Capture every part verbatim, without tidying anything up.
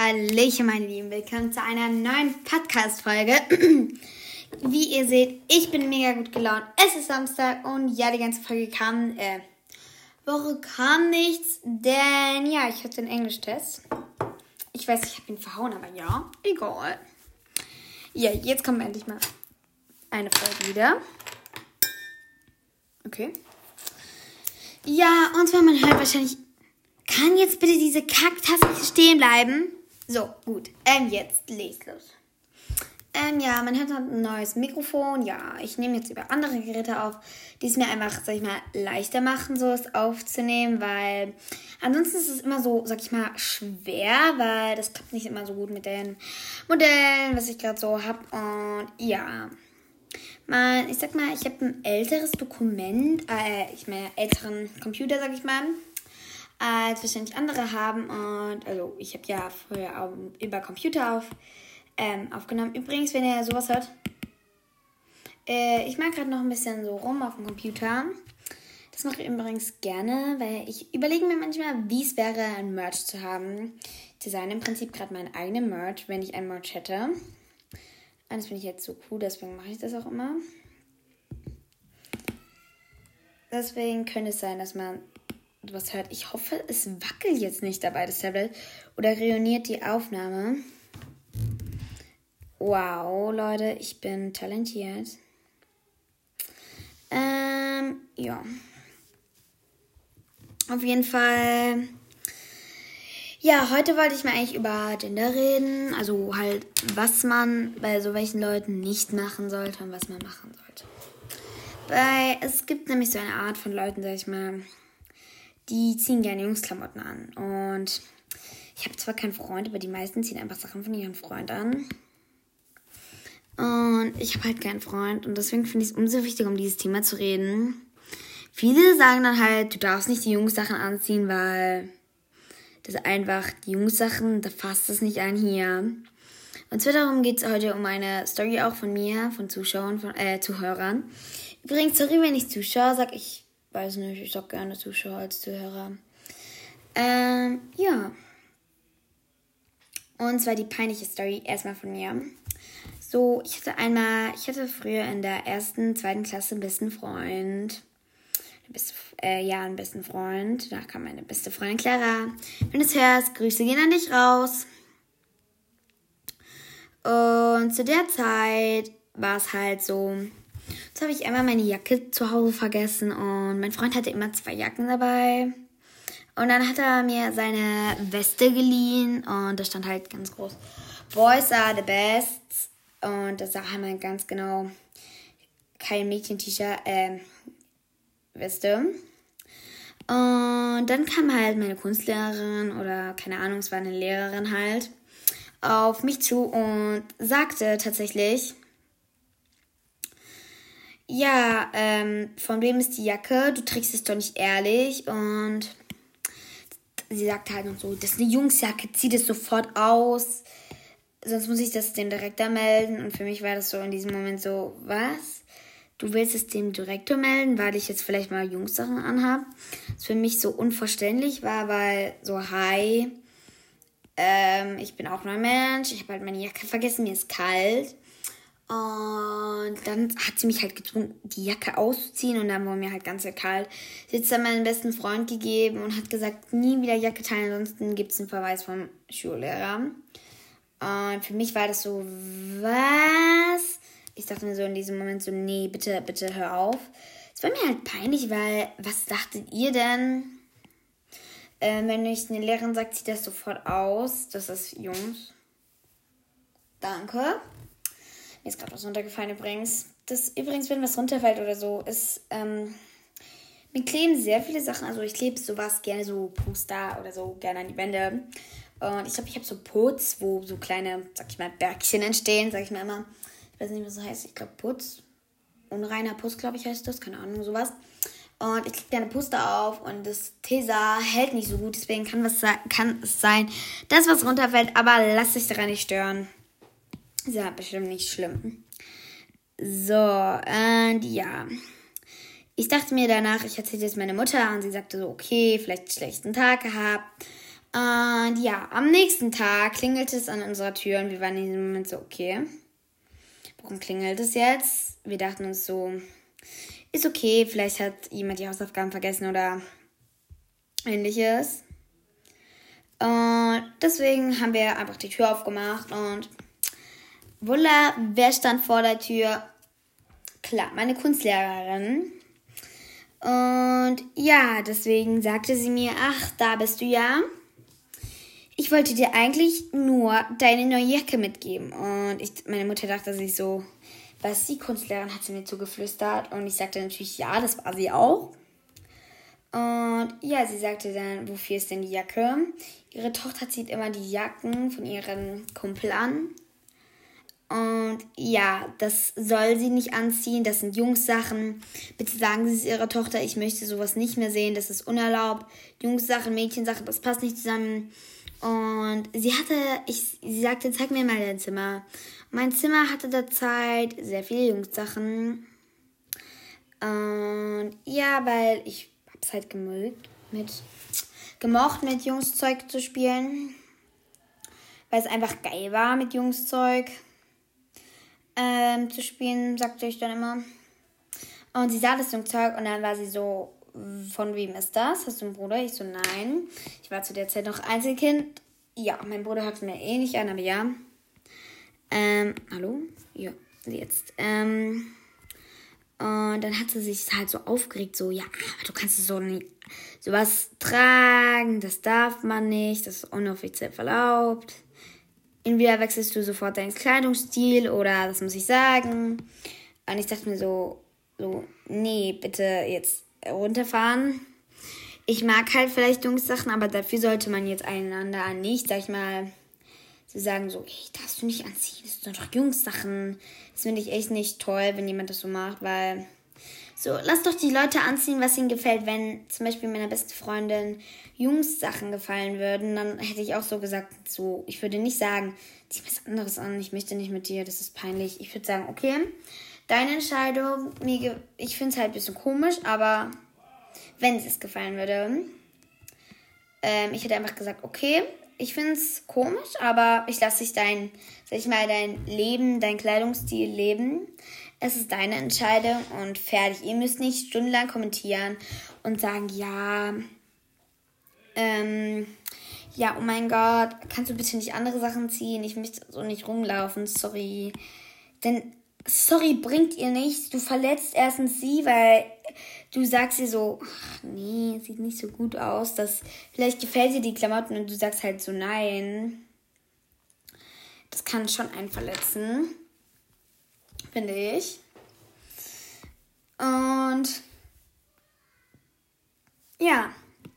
Hallöchen, meine Lieben, willkommen zu einer neuen Podcast-Folge. Wie ihr seht, ich bin mega gut gelaunt. Es ist Samstag und ja, die ganze Folge kam, äh, Woche kam nichts, denn ja, ich hatte einen Englisch-Test. Ich weiß, ich habe ihn verhauen, aber ja, egal. Ja, jetzt kommt endlich mal eine Folge wieder. Okay. Ja, und zwar, man hört wahrscheinlich, kann jetzt bitte diese Kacktaste stehen bleiben? So, gut. Ähm, jetzt lest los. Ähm, ja, man hat ein neues Mikrofon. Ja, ich nehme jetzt über andere Geräte auf, die es mir einfach, sag ich mal, leichter machen, so es aufzunehmen, weil ansonsten ist es immer so, sag ich mal, schwer, weil das klappt nicht immer so gut mit den Modellen, was ich gerade so habe. Und ja, man, ich sag mal, ich habe ein älteres Dokument, äh, ich meine, älteren Computer, sag ich mal, als wahrscheinlich andere haben. Und also ich habe ja früher auch über Computer auf, ähm, aufgenommen. Übrigens, wenn ihr sowas hört, äh, ich mag gerade noch ein bisschen so rum auf dem Computer. Das mache ich übrigens gerne, weil ich überlege mir manchmal, wie es wäre, ein Merch zu haben. Ich designe im Prinzip gerade meinen eigenen Merch, wenn ich ein Merch hätte. Und das finde ich jetzt so cool, deswegen mache ich das auch immer. Deswegen könnte es sein, dass man was hört. Ich hoffe, es wackelt jetzt nicht dabei, das Tablet. Oder reuniert die Aufnahme. Wow, Leute, ich bin talentiert. Ähm, ja. Auf jeden Fall. Ja, heute wollte ich mal eigentlich über Gender reden. Also halt, was man bei so welchen Leuten nicht machen sollte und was man machen sollte. Weil es gibt nämlich so eine Art von Leuten, sag ich mal, die ziehen gerne Jungsklamotten an. Und ich habe zwar keinen Freund, aber die meisten ziehen einfach Sachen von ihrem Freund an. Und ich habe halt keinen Freund. Und deswegen finde ich es umso wichtiger, um dieses Thema zu reden. Viele sagen dann halt, du darfst nicht die Jungs-Sachen anziehen, weil das einfach, die Jungs-Sachen, da fasst es nicht an hier. Und zwar darum geht es heute um eine Story auch von mir, von Zuschauern, von äh, Zuhörern. Übrigens, sorry, wenn ich Zuschauer sage, ich weiß nicht, ich sag gerne Zuschauer als Zuhörer. Ähm, ja. Und zwar die peinliche Story erstmal von mir. So, ich hatte einmal, ich hatte früher in der ersten, zweiten Klasse einen besten Freund. Beste, äh, ja, einen besten Freund. Da kam meine beste Freundin Clara. Wenn du es hörst, Grüße gehen an dich raus. Und zu der Zeit war es halt so, jetzt habe ich einmal meine Jacke zu Hause vergessen und mein Freund hatte immer zwei Jacken dabei. Und dann hat er mir seine Weste geliehen und da stand halt ganz groß, Boys are the best. Und das sah halt ganz genau, kein Mädchen-T-Shirt, äh, Weste. Und dann kam halt meine Kunstlehrerin oder keine Ahnung, es war eine Lehrerin halt, auf mich zu und sagte tatsächlich, ja, ähm, von wem ist die Jacke? Du trägst es doch nicht ehrlich. Und sie sagte halt noch so, das ist eine Jungsjacke, zieh das sofort aus. Sonst muss ich das dem Direktor melden. Und für mich war das so in diesem Moment so, was? Du willst es dem Direktor melden, weil ich jetzt vielleicht mal Jungssachen anhabe? Was für mich so unverständlich war, weil so, hi, ähm, ich bin auch nur ein Mensch. Ich habe halt meine Jacke vergessen, mir ist kalt. Und dann hat sie mich halt gezwungen, die Jacke auszuziehen und dann war mir halt ganz kalt. Sie hat es dann meinem besten Freund gegeben und hat gesagt, nie wieder Jacke teilen, ansonsten gibt es einen Verweis vom Schullehrer. Und für mich war das so, was? Ich dachte mir so in diesem Moment so, nee, bitte, bitte hör auf. Es war mir halt peinlich, weil, was dachtet ihr denn? Äh, wenn euch eine Lehrerin sagt, zieht das sofort aus. Das ist Jungs. Danke. Mir ist gerade was runtergefallen übrigens. Das übrigens, wenn was runterfällt oder so, ist, ähm, mir kleben sehr viele Sachen. Also ich klebe sowas gerne, so Poster oder so, gerne an die Wände. Und ich glaube, ich habe so Putz, wo so kleine, sag ich mal, Bergchen entstehen, sag ich mir immer. Ich weiß nicht, was das heißt. Ich glaube, Putz. Unreiner Putz, glaube ich, heißt das. Keine Ahnung, sowas. Und ich klebe gerne Poster auf und das Tesa hält nicht so gut. Deswegen kann, was, kann es sein, dass was runterfällt. Aber lasst euch daran nicht stören. Ist ja bestimmt nicht schlimm. So, und ja. Ich dachte mir danach, ich erzählte jetzt meine Mutter und sie sagte so, okay, vielleicht einen schlechten Tag gehabt. Und ja, am nächsten Tag klingelte es an unserer Tür und wir waren in diesem Moment so, okay, warum klingelt es jetzt? Wir dachten uns so, ist okay, vielleicht hat jemand die Hausaufgaben vergessen oder ähnliches. Und deswegen haben wir einfach die Tür aufgemacht und voila, wer stand vor der Tür? Klar, meine Kunstlehrerin. Und ja, deswegen sagte sie mir, ach, da bist du ja. Ich wollte dir eigentlich nur deine neue Jacke mitgeben. Und ich, meine Mutter dachte sich so, was die Kunstlehrerin hat sie mir zugeflüstert. Und ich sagte natürlich, ja, das war sie auch. Und ja, sie sagte dann, wofür ist denn die Jacke? Ihre Tochter zieht immer die Jacken von ihren Kumpel an. Und ja, das soll sie nicht anziehen. Das sind Jungs-Sachen. Bitte sagen Sie es Ihrer Tochter, ich möchte sowas nicht mehr sehen. Das ist unerlaubt. Jungs-Sachen, Mädchensachen, das passt nicht zusammen. Und sie hatte, ich, sie sagte, zeig mir mal dein Zimmer. Mein Zimmer hatte derzeit sehr viele Jungs-Sachen. Und ja, weil ich hab's halt gemögt, mit, gemocht, mit Jungszeug zu spielen. Weil es einfach geil war, mit Jungszeug ähm, zu spielen, sagte ich dann immer. Und sie sah das Jungszeug und dann war sie so, von wem ist das? Hast du einen Bruder? Ich so, nein. Ich war zu der Zeit noch Einzelkind. Ja, mein Bruder hört mir eh nicht an, aber ja. Ähm, hallo? Ja, jetzt. Ähm, und dann hat sie sich halt so aufgeregt, so, ja, aber du kannst es so nicht, sowas tragen, das darf man nicht, das ist unoffiziell erlaubt. Entweder wechselst du sofort deinen Kleidungsstil oder das muss ich sagen. Und ich dachte mir so, so, nee, bitte jetzt runterfahren. Ich mag halt vielleicht Jungssachen, aber dafür sollte man jetzt einander nicht, sag ich mal, so sagen so, ey, darfst du nicht anziehen, das sind doch Jungssachen. Das finde ich echt nicht toll, wenn jemand das so macht, weil so, lass doch die Leute anziehen, was ihnen gefällt. Wenn zum Beispiel meiner besten Freundin Jungs-Sachen gefallen würden, dann hätte ich auch so gesagt, so, ich würde nicht sagen, zieh mir was anderes an, ich möchte nicht mit dir, das ist peinlich. Ich würde sagen, okay, deine Entscheidung, mir, ich finde es halt ein bisschen komisch, aber wenn es gefallen würde, ähm, ich hätte einfach gesagt, okay, ich finde es komisch, aber ich lasse dich dein, sag ich mal, dein Leben, dein Kleidungsstil leben. Es ist deine Entscheidung und fertig. Ihr müsst nicht stundenlang kommentieren und sagen, ja, ähm, ja, oh mein Gott, kannst du bitte nicht andere Sachen ziehen? Ich möchte so nicht rumlaufen, sorry. Denn, sorry, bringt ihr nichts. Du verletzt erstens sie, weil du sagst ihr so, ach nee, sieht nicht so gut aus. Das, vielleicht gefällt dir die Klamotten und du sagst halt so, nein. Das kann schon einen verletzen. Finde ich. Und ja.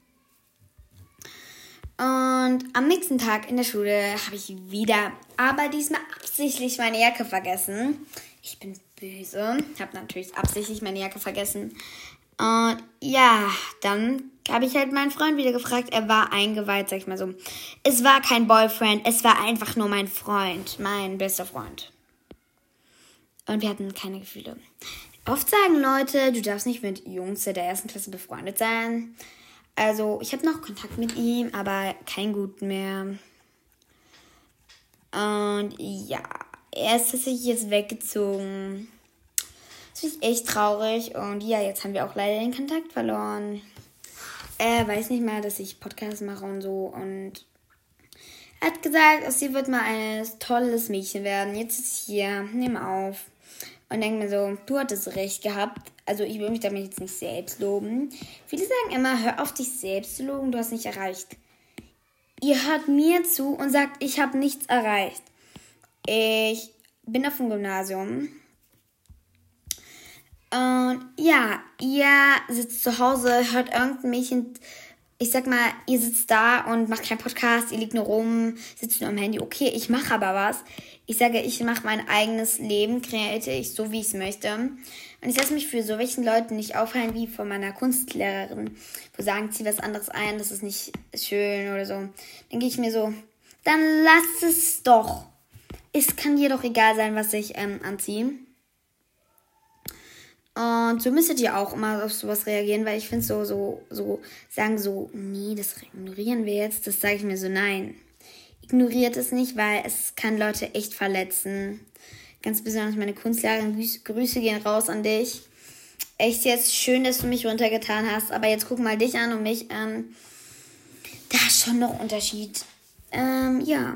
Und am nächsten Tag in der Schule habe ich wieder, aber diesmal absichtlich meine Jacke vergessen. Ich bin böse. Habe natürlich absichtlich meine Jacke vergessen. Und ja, dann habe ich halt meinen Freund wieder gefragt. Er war eingeweiht, sag ich mal so. Es war kein Boyfriend, es war einfach nur mein Freund, mein bester Freund. Und wir hatten keine Gefühle. Oft sagen Leute, du darfst nicht mit Jungs der ersten Klasse befreundet sein. Also, ich habe noch Kontakt mit ihm, aber kein Guten mehr. Und ja, er ist tatsächlich jetzt weggezogen. Das finde ich echt traurig. Und ja, jetzt haben wir auch leider den Kontakt verloren. Er weiß nicht mal, dass ich Podcasts mache und so. Und er hat gesagt, sie wird mal ein tolles Mädchen werden. Jetzt ist sie hier, nimm auf. Und denke mir so, du hattest recht gehabt. Also ich will mich damit jetzt nicht selbst loben. Viele sagen immer, hör auf dich selbst zu loben, du hast nicht erreicht. Ihr hört mir zu und sagt, ich habe nichts erreicht. Ich bin auf dem Gymnasium. Und ja, ihr sitzt zu Hause, hört irgendein Mädchen, ich sag mal, ihr sitzt da und macht keinen Podcast, ihr liegt nur rum, sitzt nur am Handy. Okay, ich mache aber was. Ich sage, ich mache mein eigenes Leben, kreiere ich so, wie ich es möchte. Und ich lasse mich für so welchen Leuten nicht aufhalten, wie von meiner Kunstlehrerin, wo sagen, zieh was anderes ein, das ist nicht schön oder so. Dann gehe ich mir so, dann lass es doch. Es kann dir doch egal sein, was ich ähm, anziehe. Und so müsstet ihr auch immer auf sowas reagieren, weil ich finde so, so, so, sagen so, nee, das ignorieren wir jetzt. Das sage ich mir so, nein. Ignoriert es nicht, weil es kann Leute echt verletzen. Ganz besonders meine Kunstlehrerin, Grüße gehen raus an dich. Echt jetzt schön, dass du mich runtergetan hast, aber jetzt guck mal dich an und mich an. Da ist schon noch Unterschied. Ähm, ja.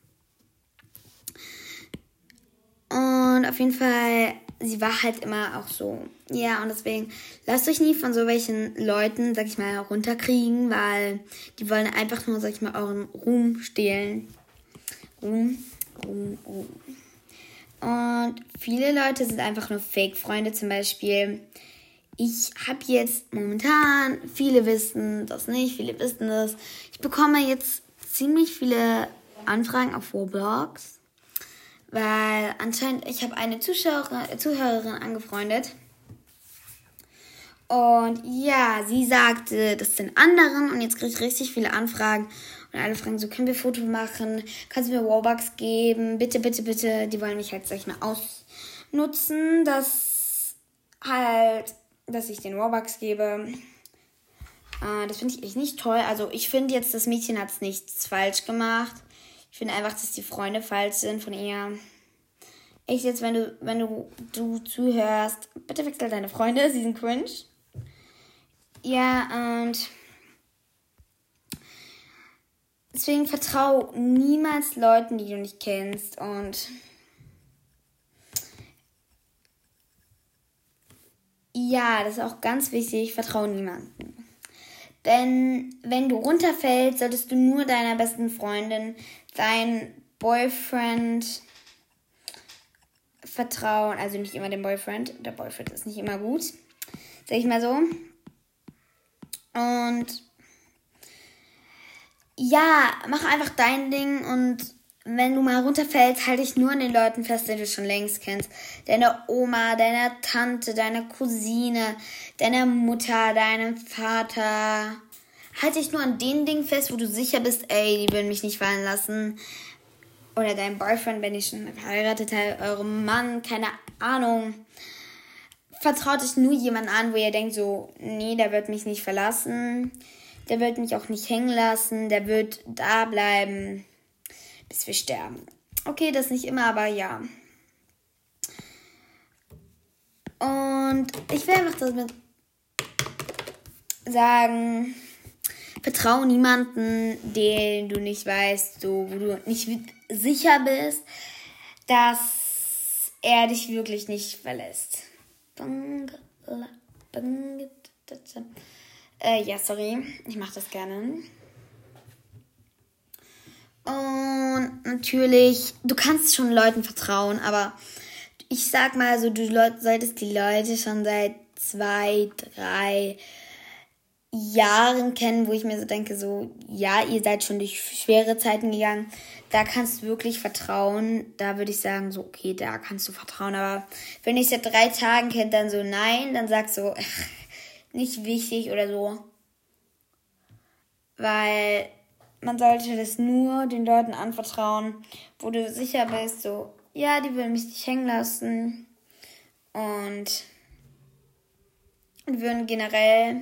Und auf jeden Fall, sie war halt immer auch so. Ja, und deswegen, lasst euch nie von so welchen Leuten, sag ich mal, runterkriegen, weil die wollen einfach nur, sag ich mal, euren Ruhm stehlen. Ruhm, Ruhm, Ruhm. Und viele Leute sind einfach nur Fake-Freunde, zum Beispiel. Ich habe jetzt momentan, viele wissen das nicht, viele wissen das. Ich bekomme jetzt ziemlich viele Anfragen auf Roblox, weil anscheinend, ich habe eine Zuschauerin, Zuhörerin angefreundet. Und ja, sie sagte, das sind anderen und jetzt kriege ich richtig viele Anfragen. Und alle fragen so, können wir Foto machen? Kannst du mir Robux geben? Bitte, bitte, bitte. Die wollen mich halt, sag ich mal, ausnutzen, dass halt, dass ich den Robux gebe. Äh, das finde ich echt nicht toll. Also ich finde jetzt, das Mädchen hat nichts falsch gemacht. Ich finde einfach, dass die Freunde falsch sind von ihr. Echt jetzt, wenn du, wenn du, du zuhörst, bitte wechsel deine Freunde, sie sind cringe. Ja, und deswegen vertrau niemals Leuten, die du nicht kennst. Und ja, das ist auch ganz wichtig, vertrau niemanden. Denn wenn du runterfällst, solltest du nur deiner besten Freundin, dein Boyfriend vertrauen. Also nicht immer dem Boyfriend. Der Boyfriend ist nicht immer gut. Sag ich mal so. Und ja, mach einfach dein Ding und wenn du mal runterfällst, halte dich nur an den Leuten fest, die du schon längst kennst. Deiner Oma, deiner Tante, deiner Cousine, deiner Mutter, deinem Vater. Halte dich nur an den Dingen fest, wo du sicher bist, ey, die würden mich nicht fallen lassen. Oder dein Boyfriend, wenn ihr schon verheiratet habt, eurem Mann, keine Ahnung. Vertraut euch nur jemanden an, wo ihr denkt so, nee, der wird mich nicht verlassen. Der wird mich auch nicht hängen lassen. Der wird da bleiben, bis wir sterben. Okay, das nicht immer, aber ja. Und ich will einfach damit sagen, vertraue niemanden, den du nicht weißt, so, wo du nicht sicher bist, dass er dich wirklich nicht verlässt. Äh, ja, sorry, ich mache das gerne. Und natürlich, du kannst schon Leuten vertrauen, aber ich sag mal so, du solltest die Leute schon seit zwei, drei Jahren kennen, wo ich mir so denke, so, ja, ihr seid schon durch schwere Zeiten gegangen, da kannst du wirklich vertrauen, da würde ich sagen, so, okay, da kannst du vertrauen, aber wenn ich seit drei Tagen kennt, dann so, nein, dann sagst du, ach, nicht wichtig oder so, weil man sollte das nur den Leuten anvertrauen, wo du sicher bist, so, ja, die würden mich nicht hängen lassen und würden generell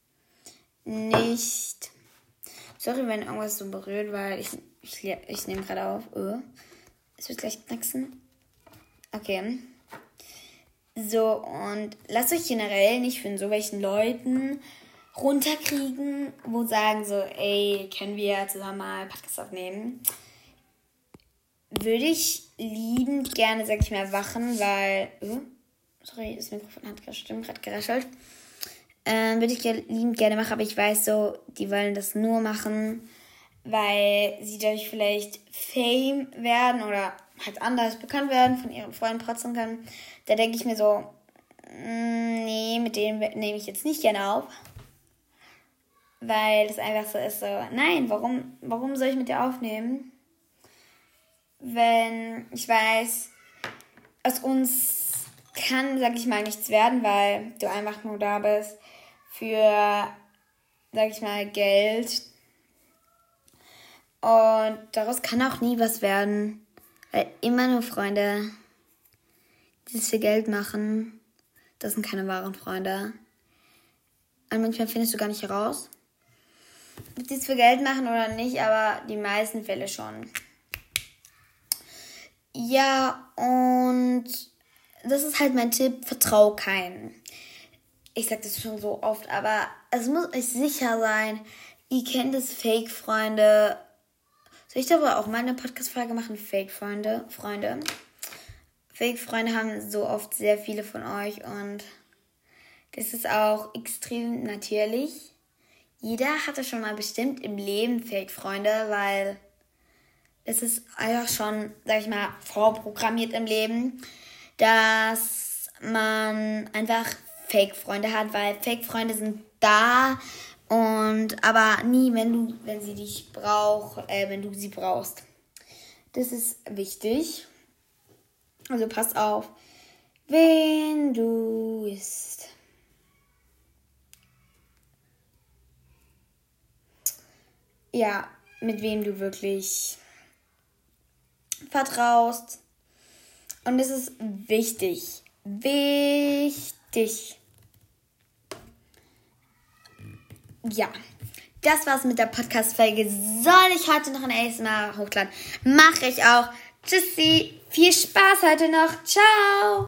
nicht, sorry, wenn irgendwas so berührt, weil ich, ich, ich nehme gerade auf, oh, es wird gleich knacksen. Okay. So, und lasst euch generell nicht von so welchen Leuten runterkriegen, wo sagen so, ey, können wir zusammen mal Podcast aufnehmen? Würde ich liebend gerne, sag ich mal, wachen, weil, oh, sorry, das Mikrofon hat bestimmt gerade geraschelt. Ähm, würde ich liebend gerne machen, aber ich weiß so, die wollen das nur machen, weil sie dadurch vielleicht Fame werden oder halt anders bekannt werden, von ihren Freunden protzen können. Da denke ich mir so, mh, nee, mit denen nehme ich jetzt nicht gerne auf. Weil das einfach so ist, so, nein, warum, warum soll ich mit dir aufnehmen? Wenn ich weiß, aus uns kann, sag ich mal, nichts werden, weil du einfach nur da bist für, sag ich mal, Geld. Und daraus kann auch nie was werden, weil immer nur Freunde, die das für Geld machen, Das sind keine wahren Freunde. Und manchmal findest du gar nicht heraus, ob sie es für Geld machen oder nicht, aber die meisten Fälle schon. Ja, und das ist halt mein Tipp, vertrau keinen. Ich sag das schon so oft, aber es muss euch sicher sein, ihr kennt es, Fake-Freunde. Soll ich darüber auch mal eine Podcast-Folge machen? Fake-Freunde, Freunde. Fake-Freunde haben so oft sehr viele von euch und das ist auch extrem natürlich. Jeder hatte schon mal bestimmt im Leben Fake-Freunde, weil es ist einfach schon, sag ich mal, vorprogrammiert im Leben, dass man einfach Fake-Freunde hat, weil Fake-Freunde sind da und aber nie, wenn du, wenn sie dich brauch, äh, wenn du sie brauchst. Das ist wichtig. Also pass auf, wen du isst. Ja, mit wem du wirklich vertraust. Und es ist wichtig. Wichtig. Ja, das war's mit der Podcast-Folge. Soll ich heute noch ein A S M R hochladen? Mache ich auch. Tschüssi. Viel Spaß heute noch. Ciao.